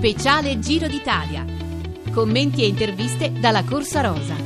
Speciale Giro d'Italia. Commenti e interviste dalla Corsa Rosa.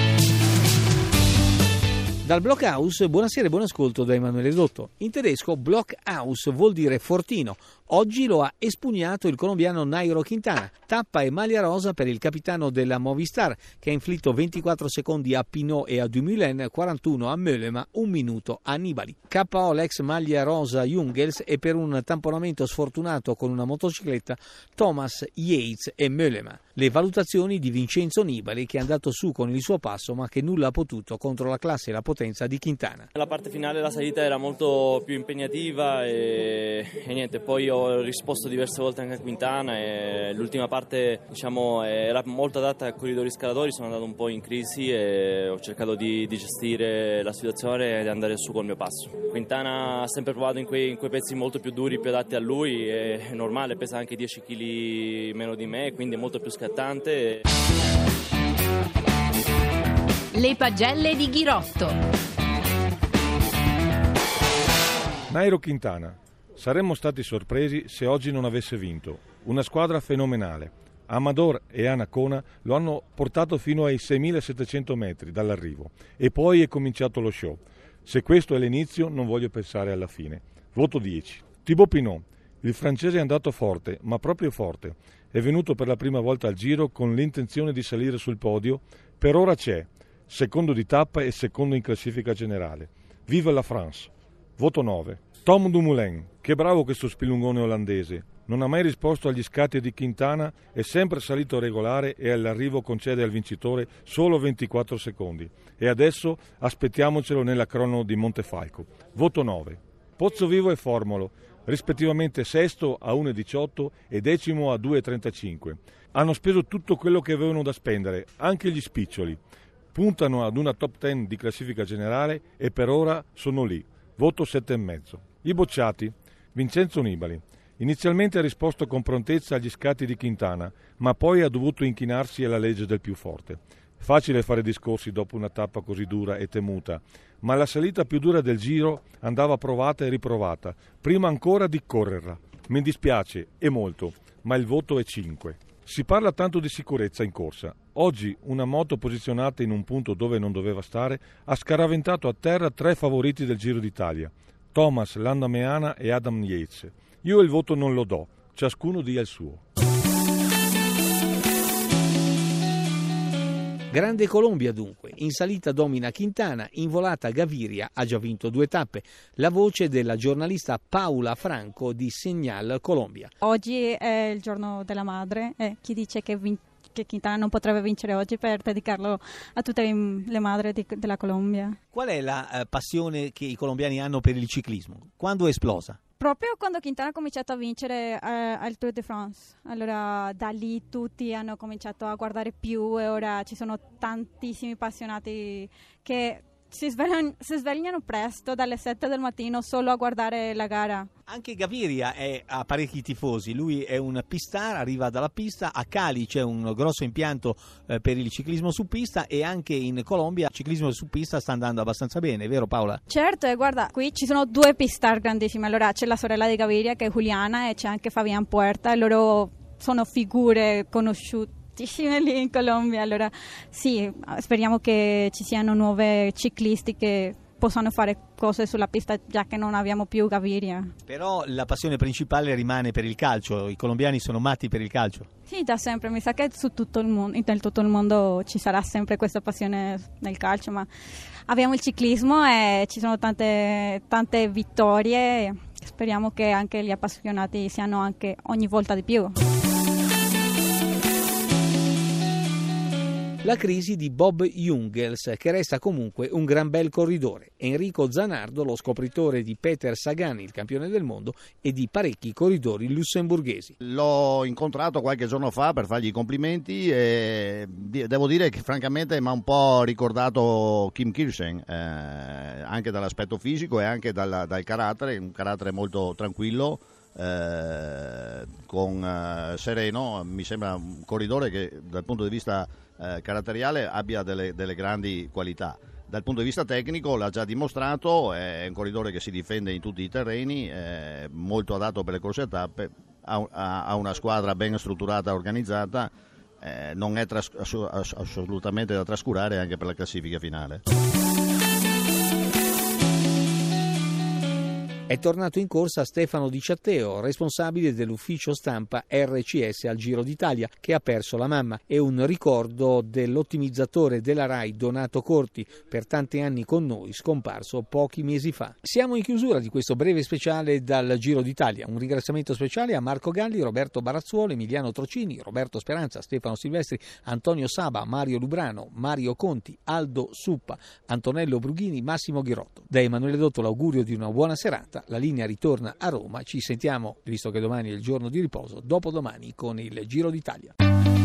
Dal Blockhaus, buonasera e buon ascolto da Emanuele Dotto. In tedesco Blockhaus vuol dire fortino. Oggi lo ha espugnato il colombiano Nairo Quintana. Tappa e maglia rosa per il capitano della Movistar, che ha inflitto 24 secondi a Pinot e a Dumoulin, 41 a Mollema, 1 minuto a Nibali. KO l'ex maglia rosa Jungels e per un tamponamento sfortunato con una motocicletta Thomas Yates e Mollema. Le valutazioni di Vincenzo Nibali, che è andato su con il suo passo ma che nulla ha potuto contro la classe e la potenza di Quintana. La parte finale della salita era molto più impegnativa e niente, poi ho risposto diverse volte anche a Quintana e l'ultima parte era molto adatta ai corridori scalatori, sono andato un po' in crisi e ho cercato di gestire la situazione e di andare su col mio passo. Quintana ha sempre provato in quei pezzi molto più duri, più adatti a lui, è normale, pesa anche 10 kg meno di me, quindi è molto più scattante. Le pagelle di Ghirotto. Nairo Quintana. Saremmo stati sorpresi se oggi non avesse vinto. Una squadra fenomenale. Amador e Anacona lo hanno portato fino ai 6.700 metri dall'arrivo e poi è cominciato lo show. Se questo è l'inizio non voglio pensare alla fine. Voto 10. Thibaut Pinot. Il francese è andato forte, ma proprio forte. È venuto per la prima volta al Giro con l'intenzione di salire sul podio. Per ora c'è. Secondo di tappa e secondo in classifica generale. Vive la France. Voto 9. Tom Dumoulin, che bravo questo spillungone olandese. Non ha mai risposto agli scatti di Quintana, è sempre salito regolare e all'arrivo concede al vincitore solo 24 secondi. E adesso aspettiamocelo nella crono di Montefalco. Voto 9. Pozzovivo e Formolo, rispettivamente sesto a 1,18 e decimo a 2,35. Hanno speso tutto quello che avevano da spendere, anche gli spiccioli. Puntano ad una top 10 di classifica generale e per ora sono lì. Voto 7,5. I bocciati. Vincenzo Nibali. Inizialmente ha risposto con prontezza agli scatti di Quintana, ma poi ha dovuto inchinarsi alla legge del più forte. Facile fare discorsi dopo una tappa così dura e temuta, ma la salita più dura del Giro andava provata e riprovata, prima ancora di correrla. Mi dispiace, e molto, ma il voto è 5. Si parla tanto di sicurezza in corsa. Oggi una moto posizionata in un punto dove non doveva stare ha scaraventato a terra 3 favoriti del Giro d'Italia, Thomas, Landa Meana e Adam Yates. Io il voto non lo do, ciascuno dia il suo. Grande Colombia dunque, in salita domina Quintana, in volata Gaviria, ha già vinto 2 tappe. La voce della giornalista Paula Franco di Señal Colombia. Oggi è il giorno della madre, chi dice che Quintana non potrebbe vincere oggi per dedicarlo a tutte le madri della Colombia. Qual è la passione che i colombiani hanno per il ciclismo? Quando è esplosa? Proprio quando Quintana ha cominciato a vincere al Tour de France, allora da lì tutti hanno cominciato a guardare più e ora ci sono tantissimi appassionati che si svegliano presto dalle 7 del mattino solo a guardare la gara. Anche Gaviria ha parecchi tifosi, lui è un pistar, arriva dalla pista, a Cali c'è un grosso impianto per il ciclismo su pista e anche in Colombia il ciclismo su pista sta andando abbastanza bene, vero Paola? Certo, e guarda, qui ci sono 2 pistar grandissime, allora c'è la sorella di Gaviria che è Juliana e c'è anche Fabian Puerta e loro sono figure conosciute lì in Colombia, allora sì, speriamo che ci siano nuove ciclisti che possano fare cose sulla pista già che non abbiamo più Gaviria. Però la passione principale rimane per il calcio, i colombiani sono matti per il calcio. Sì, da sempre, mi sa che su tutto il mondo, in tutto il mondo ci sarà sempre questa passione nel calcio, ma abbiamo il ciclismo e ci sono tante vittorie, speriamo che anche gli appassionati siano anche ogni volta di più. La crisi di Bob Jungels, che resta comunque un gran bel corridore. Enrico Zanardo, lo scopritore di Peter Sagan, il campione del mondo, e di parecchi corridori lussemburghesi. L'ho incontrato qualche giorno fa per fargli i complimenti e devo dire che francamente mi ha un po' ricordato Kim Kirchen, anche dall'aspetto fisico e anche dal carattere, un carattere molto tranquillo. Sereno, mi sembra un corridore che dal punto di vista caratteriale abbia delle grandi qualità. Dal punto di vista tecnico l'ha già dimostrato, è un corridore che si difende in tutti i terreni, è molto adatto per le corse a tappe. ha una squadra ben strutturata e organizzata, non è assolutamente da trascurare anche per la classifica finale. È tornato in corsa Stefano Di Ciatteo, responsabile dell'ufficio stampa RCS al Giro d'Italia, che ha perso la mamma. È un ricordo dell'ottimizzatore della RAI Donato Corti, per tanti anni con noi, scomparso pochi mesi fa. Siamo in chiusura di questo breve speciale dal Giro d'Italia. Un ringraziamento speciale a Marco Galli, Roberto Barazzuolo, Emiliano Trocini, Roberto Speranza, Stefano Silvestri, Antonio Saba, Mario Lubrano, Mario Conti, Aldo Suppa, Antonello Brughini, Massimo Ghirotto. Da Emanuele Dotto l'augurio di una buona serata. La linea ritorna a Roma, ci sentiamo, visto che domani è il giorno di riposo, dopodomani con il Giro d'Italia.